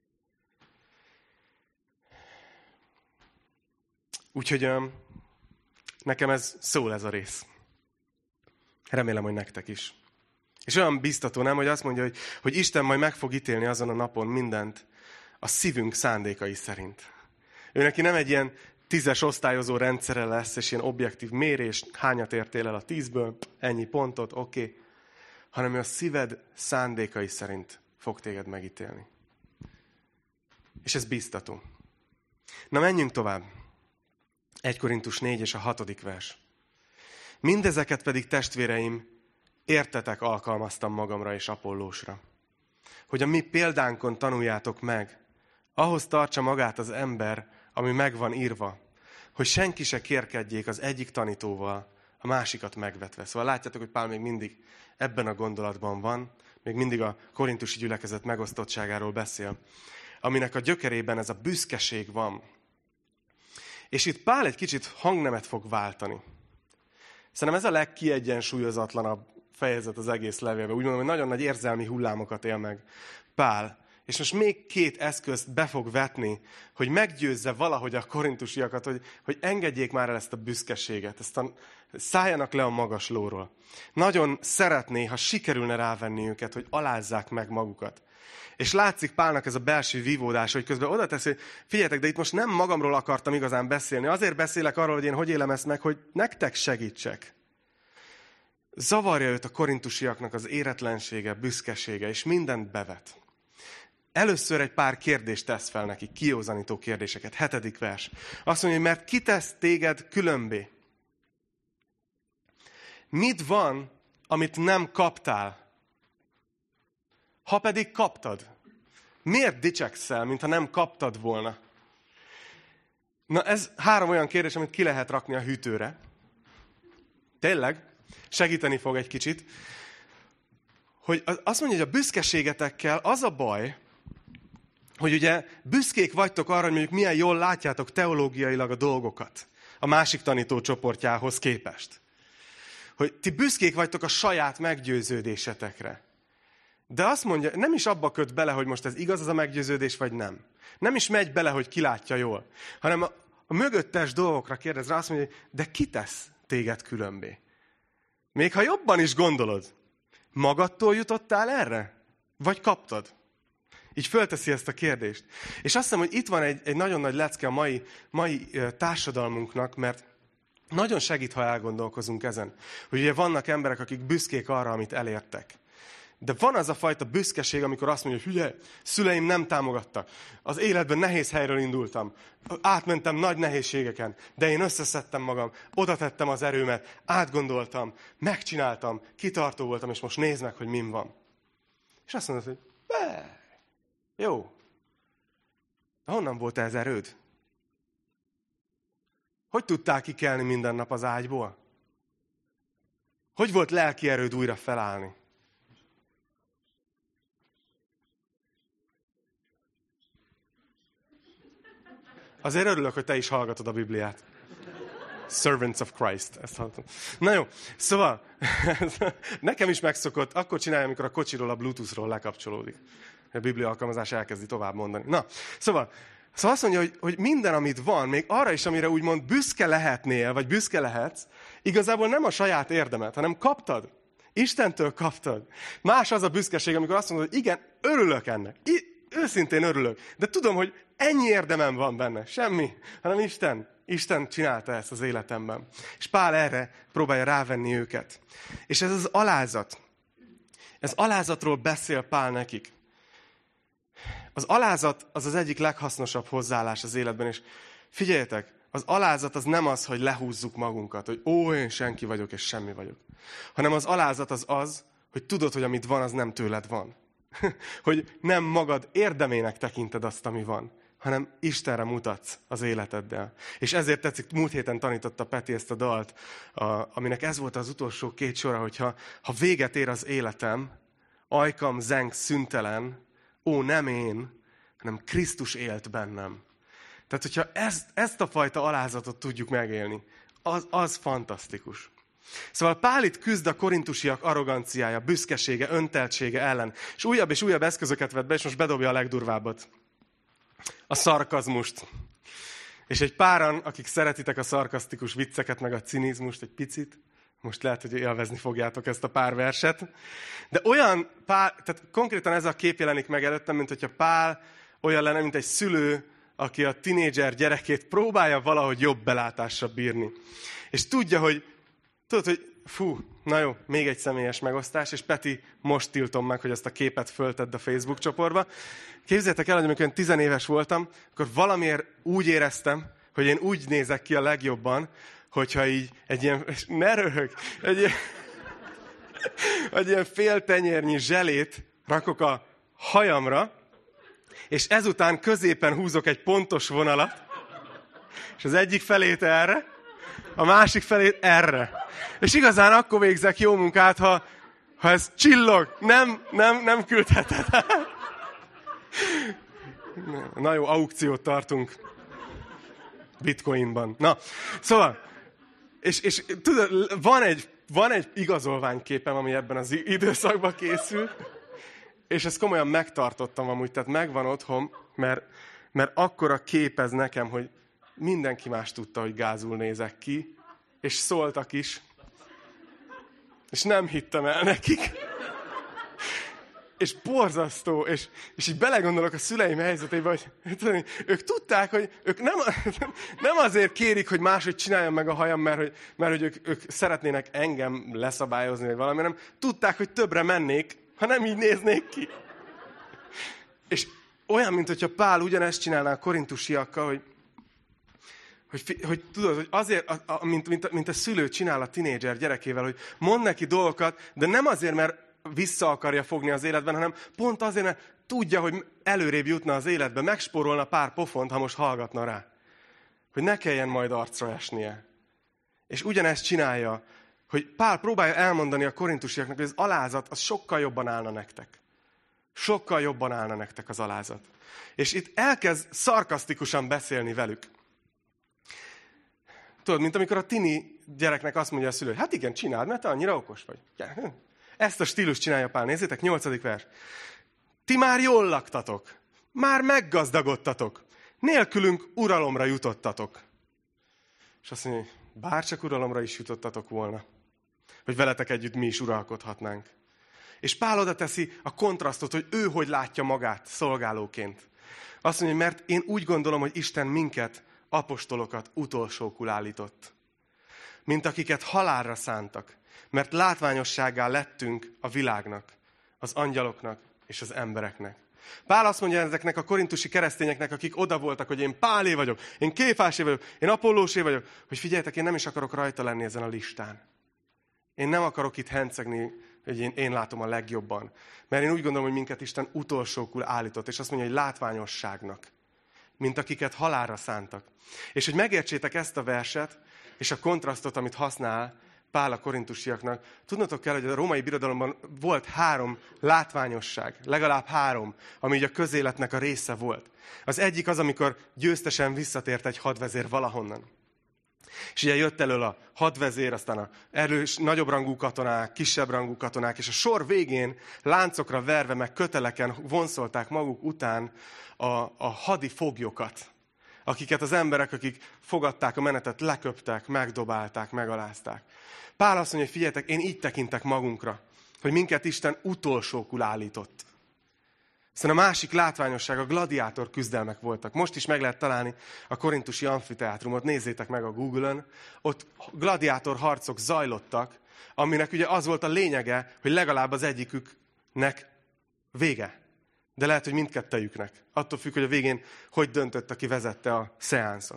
Úgyhogy nekem ez szól ez a rész. Remélem, hogy nektek is. És olyan biztató, nem, hogy azt mondja, hogy Isten majd meg fog ítélni azon a napon mindent a szívünk szándékai szerint. Ő neki nem egy ilyen 10-es osztályozó rendszere lesz, és ilyen objektív mérés, hányat értél el a 10-ből, ennyi pontot, oké. Hanem ő a szíved szándékai szerint fog téged megítélni. És ez biztató. Na, menjünk tovább. 1 Korintus 4 és a 6. vers. Mindezeket pedig, testvéreim, értetek alkalmaztam magamra és Apollósra, hogy a mi példánkon tanuljátok meg, ahhoz tartsa magát az ember, ami meg van írva, hogy senki se kérkedjék az egyik tanítóval, a másikat megvetve. Szóval látjátok, hogy Pál még mindig ebben a gondolatban van, még mindig a korintusi gyülekezet megosztottságáról beszél, aminek a gyökerében ez a büszkeség van. És itt Pál egy kicsit hangnemet fog váltani. Szerintem ez a legkiegyensúlyozatlanabb fejezet az egész levélben. Úgy mondom, hogy nagyon nagy érzelmi hullámokat él meg Pál. És most még 2 eszközt be fog vetni, hogy meggyőzze valahogy a korintusiakat, hogy engedjék már el ezt a büszkeséget, szálljanak le a magas lóról. Nagyon szeretné, ha sikerülne rávenni őket, hogy alázzák meg magukat. És látszik Pálnak ez a belső vívódás, hogy közben oda teszi, hogy figyeljetek, de itt most nem magamról akartam igazán beszélni, azért beszélek arról, hogy én hogy élem ezt meg, hogy nektek segítsek. Zavarja őt a korintusiaknak az éretlensége, büszkesége, és mindent bevet. Először egy pár kérdést tesz fel neki, kiózanító kérdéseket. 7. vers. Azt mondja, hogy mert ki tesz téged különbé? Mit van, amit nem kaptál? Ha pedig kaptad, miért dicsekszel, mintha nem kaptad volna? Na, ez 3 olyan kérdés, amit ki lehet rakni a hűtőre. Tényleg, segíteni fog egy kicsit. Hogy azt mondja, hogy a büszkeségetekkel az a baj, hogy ugye büszkék vagytok arra, hogy mondjuk milyen jól látjátok teológiailag a dolgokat a másik tanítócsoportjához képest. Hogy ti büszkék vagytok a saját meggyőződésetekre. De azt mondja, nem is abba köt bele, hogy most ez igaz az a meggyőződés, vagy nem. Nem is megy bele, hogy ki látja jól. Hanem a mögöttes dolgokra kérdez rá, azt mondja, de ki tesz téged különbé? Még ha jobban is gondolod, magadtól jutottál erre? Vagy kaptad? Így fölteszi ezt a kérdést. És azt hiszem, hogy itt van egy nagyon nagy lecke a mai társadalmunknak, mert nagyon segít, ha elgondolkozunk ezen. Hogy ugye vannak emberek, akik büszkék arra, amit elértek. De van az a fajta büszkeség, amikor azt mondja, hogy hülye, szüleim nem támogattak. Az életben nehéz helyről indultam. Átmentem nagy nehézségeken, de én összeszedtem magam, oda tettem az erőmet, átgondoltam, megcsináltam, kitartó voltam, és most nézd meg, hogy min van. És azt mondod, hogy jó. De honnan volt ez erőd? Hogy tudtál kikelni minden nap az ágyból? Hogy volt lelki erőd újra felállni? Azért örülök, hogy te is hallgatod a Bibliát. Servants of Christ. Ezt hallottam. Na jó, szóval nekem is megszokott, akkor csinálja, amikor a kocsiról a Bluetooth-ról lekapcsolódik. A Biblia alkalmazás elkezdi tovább mondani. Na, szóval azt mondja, hogy minden, amit van, még arra is, amire úgymond büszke lehetnél, vagy büszke lehetsz, igazából nem a saját érdemet, hanem kaptad. Istentől kaptad. Más az a büszkeség, amikor azt mondod, hogy igen, örülök ennek. őszintén örülök. De tudom, hogy ennyi érdemem van benne. Semmi, hanem Isten csinálta ezt az életemben. És Pál erre próbálja rávenni őket. És ez az alázat. Ez alázatról beszél Pál nekik. Az alázat az az egyik leghasznosabb hozzáállás az életben, és figyeljetek, az alázat az nem az, hogy lehúzzuk magunkat, hogy én senki vagyok, és semmi vagyok. Hanem az alázat az, hogy tudod, hogy amit van, az nem tőled van. Hogy nem magad érdemének tekinted azt, ami van, hanem Istenre mutatsz az életeddel. És ezért tetszik, múlt héten tanította Peti ezt a dalt, aminek ez volt az utolsó 2 sora, hogyha véget ér az életem, ajkam zeng szüntelen, nem én, hanem Krisztus élt bennem. Tehát, hogyha ezt a fajta alázatot tudjuk megélni, az fantasztikus. Szóval Pál itt küzd a korintusiak arroganciája, büszkesége, önteltsége ellen. És újabb eszközöket vett be, és most bedobja a legdurvábbat. A szarkazmust. És egy páran, akik szeretitek a szarkasztikus vicceket, meg a cinizmust egy picit, most lehet, hogy élvezni fogjátok ezt a pár verset. De tehát konkrétan ez a kép jelenik meg előttem, mint hogyha Pál olyan lenne, mint egy szülő, aki a tinédzser gyerekét próbálja valahogy jobb belátásra bírni. És tudja, hogy na jó, még egy személyes megosztás, és Peti, most tiltom meg, hogy ezt a képet föltedd a Facebook csoportba. Képzeljétek el, hogy amikor 10 éves voltam, akkor valamiért úgy éreztem, hogy én úgy nézek ki a legjobban, hogyha így egy ilyen, ne röhög, egy ilyen fél tenyérnyi zselét rakok a hajamra, és ezután középen húzok egy pontos vonalat, és az egyik felét erre, a másik felét erre. És igazán akkor végzek jó munkát, ha ez csillog, nem küldheted. Na jó, aukciót tartunk bitcoinban. Na, szóval, és tudod, van egy igazolványképem, ami ebben az időszakban készül, és ezt komolyan megtartottam amúgy, tehát megvan otthon, mert akkora képez nekem, hogy mindenki más tudta, hogy gázul nézek ki, és szóltak is, és nem hittem el nekik. És borzasztó, és így belegondolok a szüleim helyzetébe, hogy ők tudták, hogy ők nem azért kérik, hogy máshogy csináljam meg a hajam, mert hogy ők szeretnének engem leszabályozni, vagy valami, nem. Tudták, hogy többre mennék, ha nem így néznék ki. És olyan, mint hogyha Pál ugyanezt csinálná a korintusiakkal, hogy tudod, hogy azért, mint a szülő csinál a tinédzser gyerekével, hogy mond neki dolgokat, de nem azért, mert vissza akarja fogni az életben, hanem pont azért, mert tudja, hogy előrébb jutna az életbe, megspórolna pár pofont, ha most hallgatna rá. Hogy ne kelljen majd arcra esnie. És ugyanezt csinálja, hogy Pál próbálja elmondani a korintusiaknak, hogy az alázat az sokkal jobban állna nektek. Sokkal jobban állna nektek az alázat. És itt elkezd szarkasztikusan beszélni velük. Tudod, mint amikor a tini gyereknek azt mondja a szülő, hát igen, csináld, mert te annyira okos vagy. Ezt a stílus csinálja Pál. Nézzétek, 8. vers. Ti már jól laktatok, már meggazdagodtatok, nélkülünk uralomra jutottatok. És azt mondja, bárcsak uralomra is jutottatok volna, hogy veletek együtt mi is uralkodhatnánk. És Pál oda teszi a kontrasztot, hogy ő hogy látja magát szolgálóként. Azt mondja, mert én úgy gondolom, hogy Isten minket, apostolokat utolsókul állított. Mint akiket halálra szántak, mert látványossággá lettünk a világnak, az angyaloknak és az embereknek. Pál azt mondja ezeknek a korintusi keresztényeknek, akik oda voltak, hogy én Pálé vagyok, én Kéfásé vagyok, én Apollósé vagyok, hogy figyeljetek, én nem is akarok rajta lenni ezen a listán. Én nem akarok itt hencegni, hogy én látom a legjobban. Mert én úgy gondolom, hogy minket Isten utolsókul állított, és azt mondja, hogy látványosságnak, mint akiket halálra szántak. És hogy megértsétek ezt a verset, és a kontrasztot, amit használ Pál a korintusiaknak, tudnotok kell, hogy a római birodalomban volt 3 látványosság, legalább 3, ami így a közéletnek a része volt. Az egyik az, amikor győztesen visszatért egy hadvezér valahonnan. És ugye jött elől a hadvezér, aztán a erős, nagyobb rangú katonák, kisebb rangú katonák, és a sor végén láncokra verve, meg köteleken vonszolták maguk után a hadi foglyokat, akiket az emberek, akik fogadták a menetet, leköptek, megdobálták, megalázták. Pál azt mondja, hogy figyeljetek, én így tekintek magunkra, hogy minket Isten utolsókul állított. Aztán a másik látványosság, a gladiátor küzdelmek voltak. Most is meg lehet találni a korintusi amfiteátrumot, nézzétek meg a Google-ön. Ott gladiátor harcok zajlottak, aminek ugye az volt a lényege, hogy legalább az egyiküknek vége. De lehet, hogy mindkettejüknek. Attól függ, hogy a végén hogy döntött, aki vezette a szeánszot.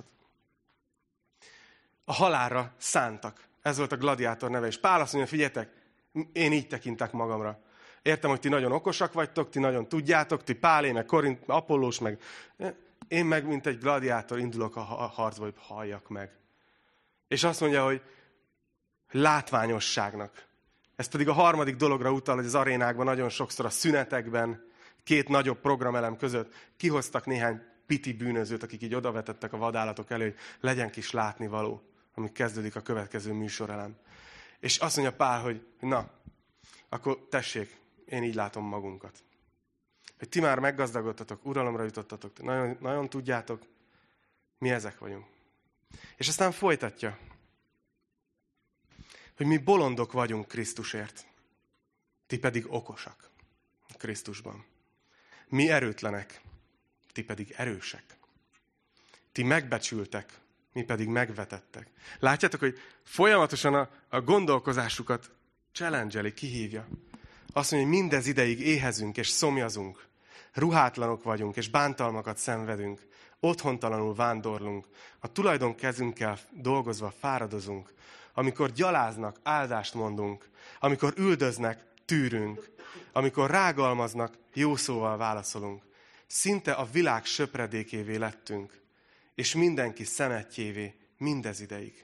A halálra szántak. Ez volt a gladiátor neve. És Pál azt mondja, figyeljetek, én így tekintek magamra. Értem, hogy ti nagyon okosak vagytok, ti nagyon tudjátok, ti Pálé, meg Korint, Apollós, meg... Én meg, mint egy gladiátor indulok a harcba, hogy halljak meg. És azt mondja, hogy látványosságnak. Ez pedig a harmadik dologra utal, hogy az arénákban nagyon sokszor a szünetekben, két nagyobb programelem között kihoztak néhány piti bűnözőt, akik így odavetettek a vadállatok elő, hogy legyen kis látnivaló, amíg kezdődik a következő műsorelem. És azt mondja Pál, hogy na, akkor tessék, én így látom magunkat. Hogy ti már meggazdagodtatok, uralomra jutottatok, nagyon, nagyon tudjátok, mi ezek vagyunk. És aztán folytatja, hogy mi bolondok vagyunk Krisztusért, ti pedig okosak Krisztusban. Mi erőtlenek, ti pedig erősek. Ti megbecsültek, mi pedig megvetettek. Látjátok, hogy folyamatosan a gondolkozásukat challenge-eli, kihívja. Azt mondja, hogy mindez ideig éhezünk és szomjazunk, ruhátlanok vagyunk és bántalmakat szenvedünk, otthontalanul vándorlunk, a tulajdon kezünkkel dolgozva fáradozunk, amikor gyaláznak, áldást mondunk, amikor üldöznek, tűrünk, amikor rágalmaznak, jó szóval válaszolunk. Szinte a világ söpredékévé lettünk, és mindenki szemetjévé mindez ideig.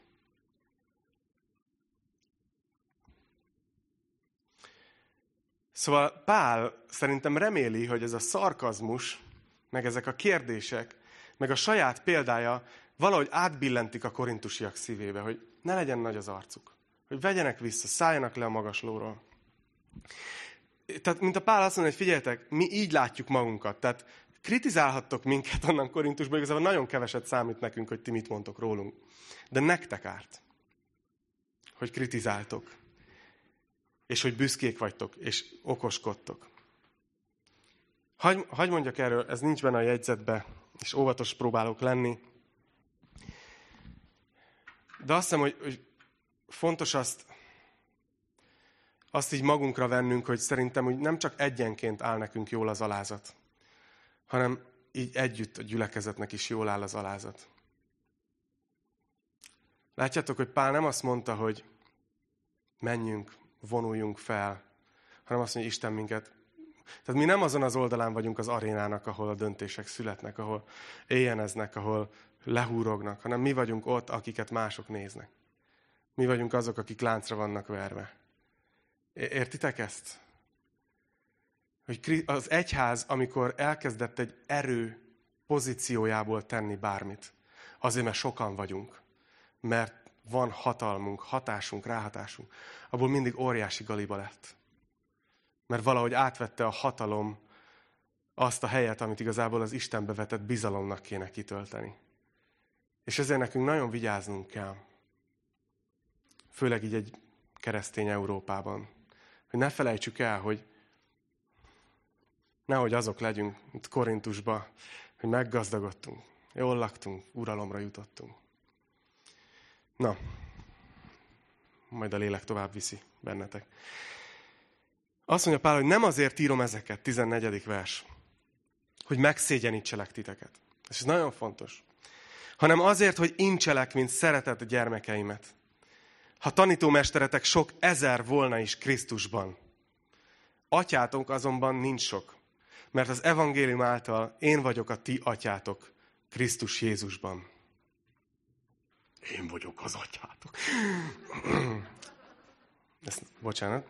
Szóval Pál szerintem reméli, hogy ez a szarkazmus, meg ezek a kérdések, meg a saját példája valahogy átbillentik a korintusiak szívébe, hogy ne legyen nagy az arcuk, hogy vegyenek vissza, szálljanak le a magaslóról. Tehát, mint a Pál azt mondja, hogy figyeljetek, mi így látjuk magunkat. Tehát kritizálhattok minket onnan Korintusban, igazából nagyon keveset számít nekünk, hogy ti mit mondtok rólunk. De nektek árt, hogy kritizáltok. És hogy büszkék vagytok, és okoskodtok. Hagy mondjak erről, ez nincs benne a jegyzetbe, és óvatos próbálok lenni. De azt hiszem, hogy fontos azt így magunkra vennünk, hogy szerintem hogy nem csak egyenként áll nekünk jól az alázat, hanem így együtt a gyülekezetnek is jól áll az alázat. Látjátok, hogy Pál nem azt mondta, hogy menjünk, vonuljunk fel, hanem azt mondja, Isten minket. Tehát mi nem azon az oldalán vagyunk az arénának, ahol a döntések születnek, ahol éjjeneznek, ahol lehúrognak, hanem mi vagyunk ott, akiket mások néznek. Mi vagyunk azok, akik láncra vannak verve. Értitek ezt? Hogy az egyház, amikor elkezdett egy erő pozíciójából tenni bármit, azért, mert sokan vagyunk, mert van hatalmunk, hatásunk, ráhatásunk, abból mindig óriási galiba lett. Mert valahogy átvette a hatalom azt a helyet, amit igazából az Istenbe vetett bizalomnak kéne kitölteni. És ezért nekünk nagyon vigyáznunk kell. Főleg így egy keresztény Európában. Hogy ne felejtsük el, hogy nehogy azok legyünk, mint Korintusban, hogy meggazdagodtunk, jól laktunk, uralomra jutottunk. Na, majd a lélek tovább viszi bennetek. Azt mondja Pál, hogy nem azért írom ezeket, 14. vers, hogy megszégyenítselek titeket. És ez nagyon fontos. Hanem azért, hogy incselek, mint szeretett gyermekeimet. Ha tanítómesteretek sok ezer volna is Krisztusban. Atyátok azonban nincs sok, mert az evangélium által én vagyok a ti atyátok Krisztus Jézusban. Én vagyok az atyátok. Bocsánat.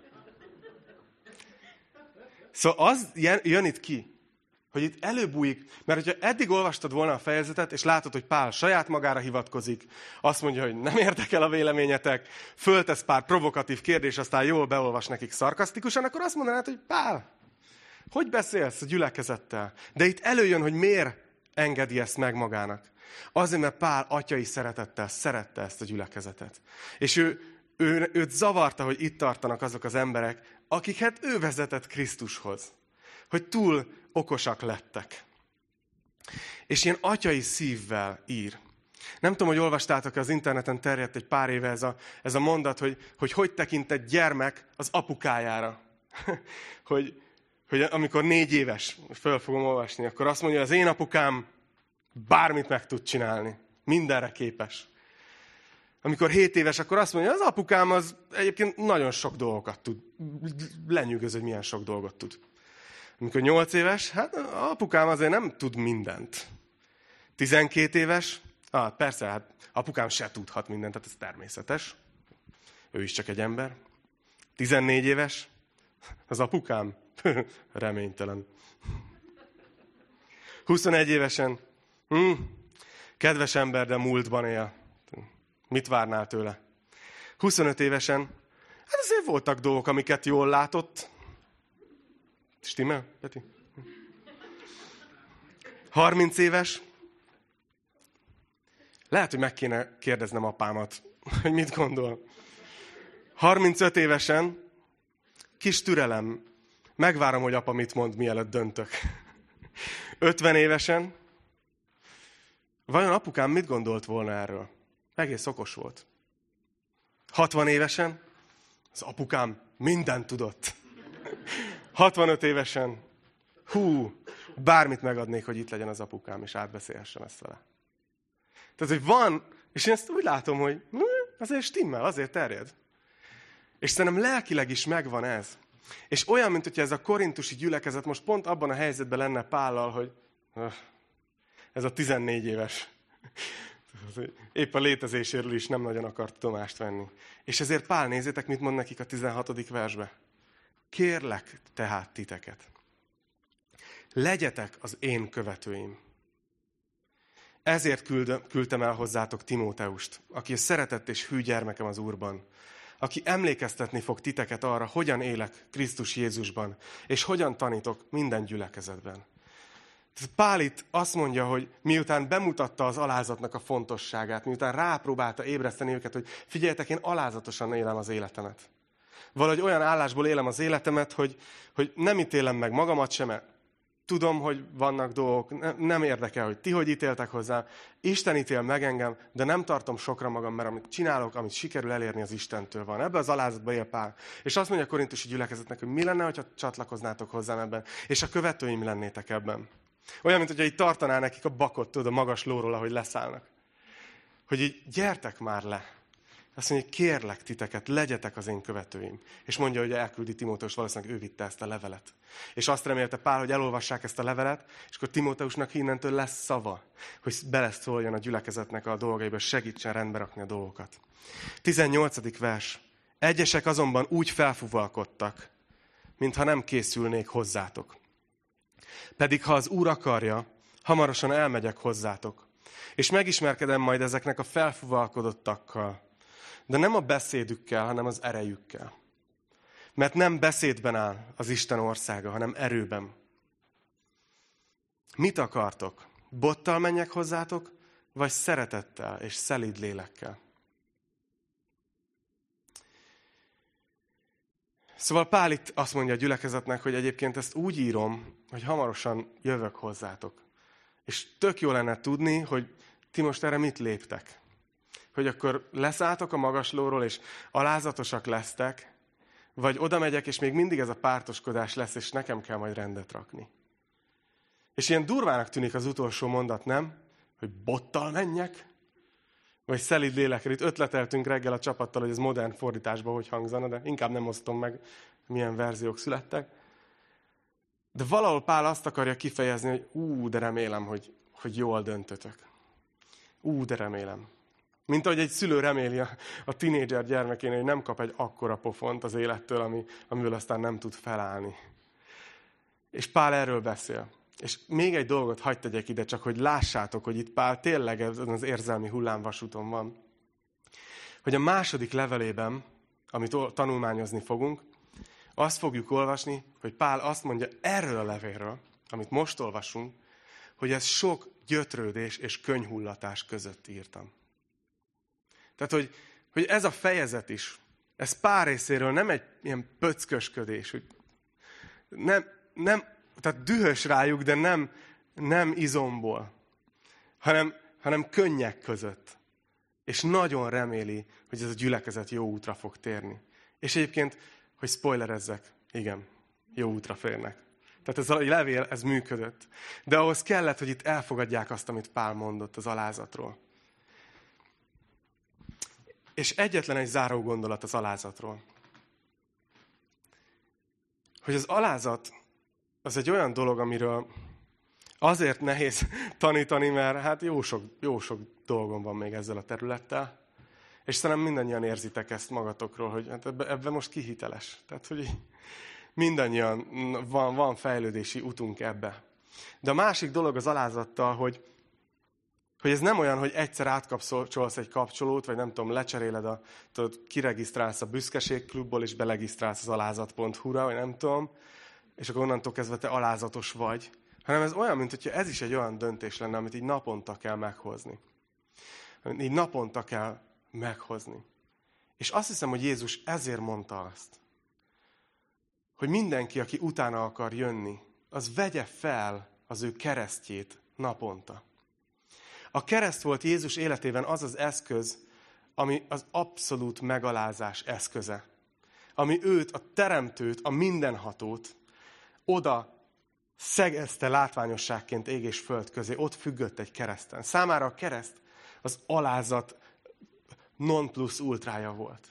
Szóval az jön itt ki, hogy itt előbújik, mert hogyha eddig olvastad volna a fejezetet, és látod, hogy Pál saját magára hivatkozik, azt mondja, hogy nem érdekel a véleményetek, föltesz pár provokatív kérdés, aztán jól beolvas nekik szarkasztikusan, akkor azt mondanád, hogy Pál, hogy beszélsz a gyülekezettel? De itt előjön, hogy miért engedi ezt meg magának. Azért, mert Pál atyai szeretettel szerette ezt a gyülekezetet. És őt zavarta, hogy itt tartanak azok az emberek, akiket ő vezetett Krisztushoz. hogy túl okosak lettek. És ilyen atyai szívvel ír. Nem tudom, hogy olvastátok, az interneten terjedt egy pár éve ez a mondat, hogy tekint egy gyermek az apukájára. hogy amikor 4 éves, föl fogom olvasni, akkor azt mondja, az én apukám bármit meg tud csinálni. Mindenre képes. Amikor 7 éves, akkor azt mondja, az apukám az egyébként nagyon sok dolgokat tud. Lenyűgöz, hogy milyen sok dolgot tud. Amikor 8 éves, hát apukám azért nem tud mindent. 12 éves, persze, hát apukám se tudhat mindent, tehát ez természetes. Ő is csak egy ember. 14 éves, az apukám reménytelen. 21 évesen, kedves ember, de múltban él. Mit várnál tőle? 25 évesen, hát azért voltak dolgok, amiket jól látott. Stimmel, Peti? 30 éves. Lehet, hogy meg kéne kérdeznem apámat, hogy mit gondol. 35 évesen, kis türelem. Megvárom, hogy apa mit mond, mielőtt döntök. 50 évesen, vajon apukám mit gondolt volna erről? Egész okos volt. 60 évesen, az apukám mindent tudott. 65 évesen, bármit megadnék, hogy itt legyen az apukám, és átbeszélhessem ezt vele. Tehát, hogy van, és én ezt úgy látom, hogy azért stimmel, azért terjed. És szerintem lelkileg is megvan ez. És olyan, mint hogyha ez a korintusi gyülekezet most pont abban a helyzetben lenne Pállal, hogy ez a 14 éves. Épp a létezéséről is nem nagyon akart tudomást venni. És ezért Pál, nézzétek, mit mond nekik a 16. versbe. Kérlek tehát titeket. Legyetek az én követőim. Ezért küldtem el hozzátok Timóteust, aki a szeretett és hű gyermekem az Úrban, aki emlékeztetni fog titeket arra, hogyan élek Krisztus Jézusban, és hogyan tanítok minden gyülekezetben. Pál itt azt mondja, hogy miután bemutatta az alázatnak a fontosságát, miután rápróbálta ébreszteni őket, hogy figyeljetek, én alázatosan élem az életemet. Valahogy olyan állásból élem az életemet, hogy nem ítélem meg magamat sem, mert tudom, hogy vannak dolgok, nem érdekel, hogy ti hogy ítéltek hozzám. Isten ítél meg engem, de nem tartom sokra magam, mert amit csinálok, amit sikerül elérni, az Istentől van. Ebben az alázatban él Pál. És azt mondja a korintusi gyülekezetnek, hogy mi lenne, ha csatlakoznátok hozzám ebben, és a követőim lennétek ebben. Olyan, mint hogyha így tartaná nekik a bakot, tudod, a magas lóról, ahogy leszállnak. Hogy így gyertek már le. Azt mondja, hogy kérlek titeket, legyetek az én követőim. És mondja, hogy elküldi Timóteus, valószínűleg ő vitte ezt a levelet. És azt remélte Pál, hogy elolvassák ezt a levelet, és akkor Timóteusnak innentől lesz szava, hogy beleszóljon a gyülekezetnek a dolgaiba, segítsen rendbe rakni a dolgokat. 18. vers. Egyesek azonban úgy felfúvalkodtak, mintha nem készülnék hozzátok. Pedig ha az Úr akarja, hamarosan elmegyek hozzátok, és megismerkedem majd ezeknek a felfúvalkodottakkal, de nem a beszédükkel, hanem az erejükkel. Mert nem beszédben áll az Isten országa, hanem erőben. Mit akartok? Bottal menjek hozzátok, vagy szeretettel és szelíd lélekkel? Szóval Pál itt azt mondja a gyülekezetnek, hogy egyébként ezt úgy írom, hogy hamarosan jövök hozzátok. És tök jó lenne tudni, hogy ti most erre mit léptek. Hogy akkor leszálltok a magaslóról, és alázatosak lesztek, vagy oda megyek, és még mindig ez a pártoskodás lesz, és nekem kell majd rendet rakni. És ilyen durvának tűnik az utolsó mondat, nem? Hogy bottal menjek? Vagy szelíd lélekkel. Itt ötleteltünk reggel a csapattal, hogy ez modern fordításban hogy hangzana, de inkább nem osztom meg, milyen verziók születtek. De valahol Pál azt akarja kifejezni, hogy de remélem, hogy jól döntötök. De remélem. Mint ahogy egy szülő reméli a tinédzser gyermekénél, hogy nem kap egy akkora pofont az élettől, amiből aztán nem tud felállni. És Pál erről beszél. És még egy dolgot hadd tegyek ide, csak hogy lássátok, hogy itt Pál tényleg az érzelmi hullámvasúton van. Hogy a második levelében, amit tanulmányozni fogunk, azt fogjuk olvasni, hogy Pál azt mondja erről a levélről, amit most olvasunk, hogy ez sok gyötrődés és könyhullatás között írtam. Tehát, hogy ez a fejezet is, ez Pál részéről nem egy ilyen pöckösködés, hogy nem tehát dühös rájuk, de nem izomból, hanem könnyek között. És nagyon reméli, hogy ez a gyülekezet jó útra fog térni. És egyébként, hogy spoilerezzek, igen, jó útra férnek. Tehát ez a levél, ez működött. De ahhoz kellett, hogy itt elfogadják azt, amit Pál mondott az alázatról. És egyetlen egy záró gondolat az alázatról. Hogy az alázat az egy olyan dolog, amiről azért nehéz tanítani, mert hát jó sok dolgom van még ezzel a területtel. És szerintem mindannyian érzitek ezt magatokról, hogy hát ebben most ki hiteles. Tehát, hogy mindannyian van fejlődési utunk ebbe. De a másik dolog az alázattal, hogy ez nem olyan, hogy egyszer átkapcsolsz egy kapcsolót, vagy nem tudom, lecseréled, kiregisztrálsz a büszkeségklubból, és belegisztrálsz az alázat.hu-ra, vagy nem tudom, és akkor onnantól kezdve te alázatos vagy. Hanem ez olyan, mint hogyha ez is egy olyan döntés lenne, amit így naponta kell meghozni. Így naponta kell meghozni. És azt hiszem, hogy Jézus ezért mondta azt, hogy mindenki, aki utána akar jönni, az vegye fel az ő keresztjét naponta. A kereszt volt Jézus életében az az eszköz, ami az abszolút megalázás eszköze. Ami őt, a teremtőt, a mindenhatót oda szegezte látványosságként ég és föld közé. Ott függött egy kereszten. Számára a kereszt az alázat non plus ultrája volt.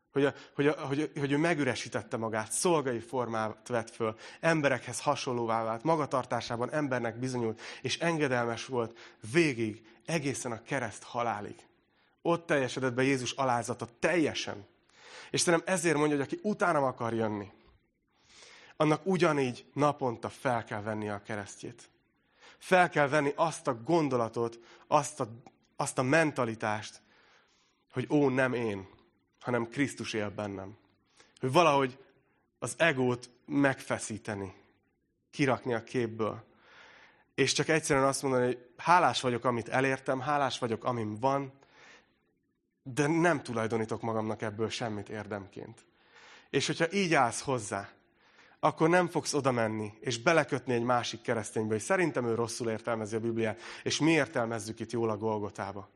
Hogy ő megüresítette magát, szolgai formát vett föl, emberekhez hasonlóvá vált, magatartásában embernek bizonyult, és engedelmes volt végig, egészen a kereszt halálig. Ott teljesedett be Jézus alázata teljesen. És szerintem ezért mondja, hogy aki utánam akar jönni, annak ugyanígy naponta fel kell venni a keresztjét. Fel kell venni azt a gondolatot, azt a mentalitást, hogy nem én, hanem Krisztus él bennem. Hogy valahogy az egót megfeszíteni, kirakni a képből. És csak egyszerűen azt mondani, hogy hálás vagyok, amit elértem, hálás vagyok, amim van, de nem tulajdonítok magamnak ebből semmit érdemként. És hogyha így állsz hozzá, akkor nem fogsz oda menni, és belekötni egy másik kereszténybe, hogy szerintem ő rosszul értelmezi a Bibliát, és mi értelmezzük itt jól a Golgotába.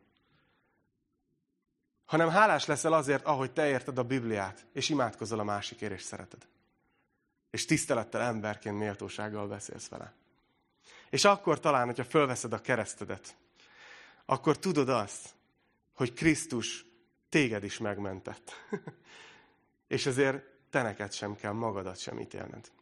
Hanem hálás leszel azért, ahogy te érted a Bibliát, és imádkozol a másikért, és szereted. És tisztelettel, emberként, méltósággal beszélsz vele. És akkor talán, hogyha fölveszed a keresztedet, akkor tudod azt, hogy Krisztus téged is megmentett. És ezért te neked sem kell magadat sem ítélned.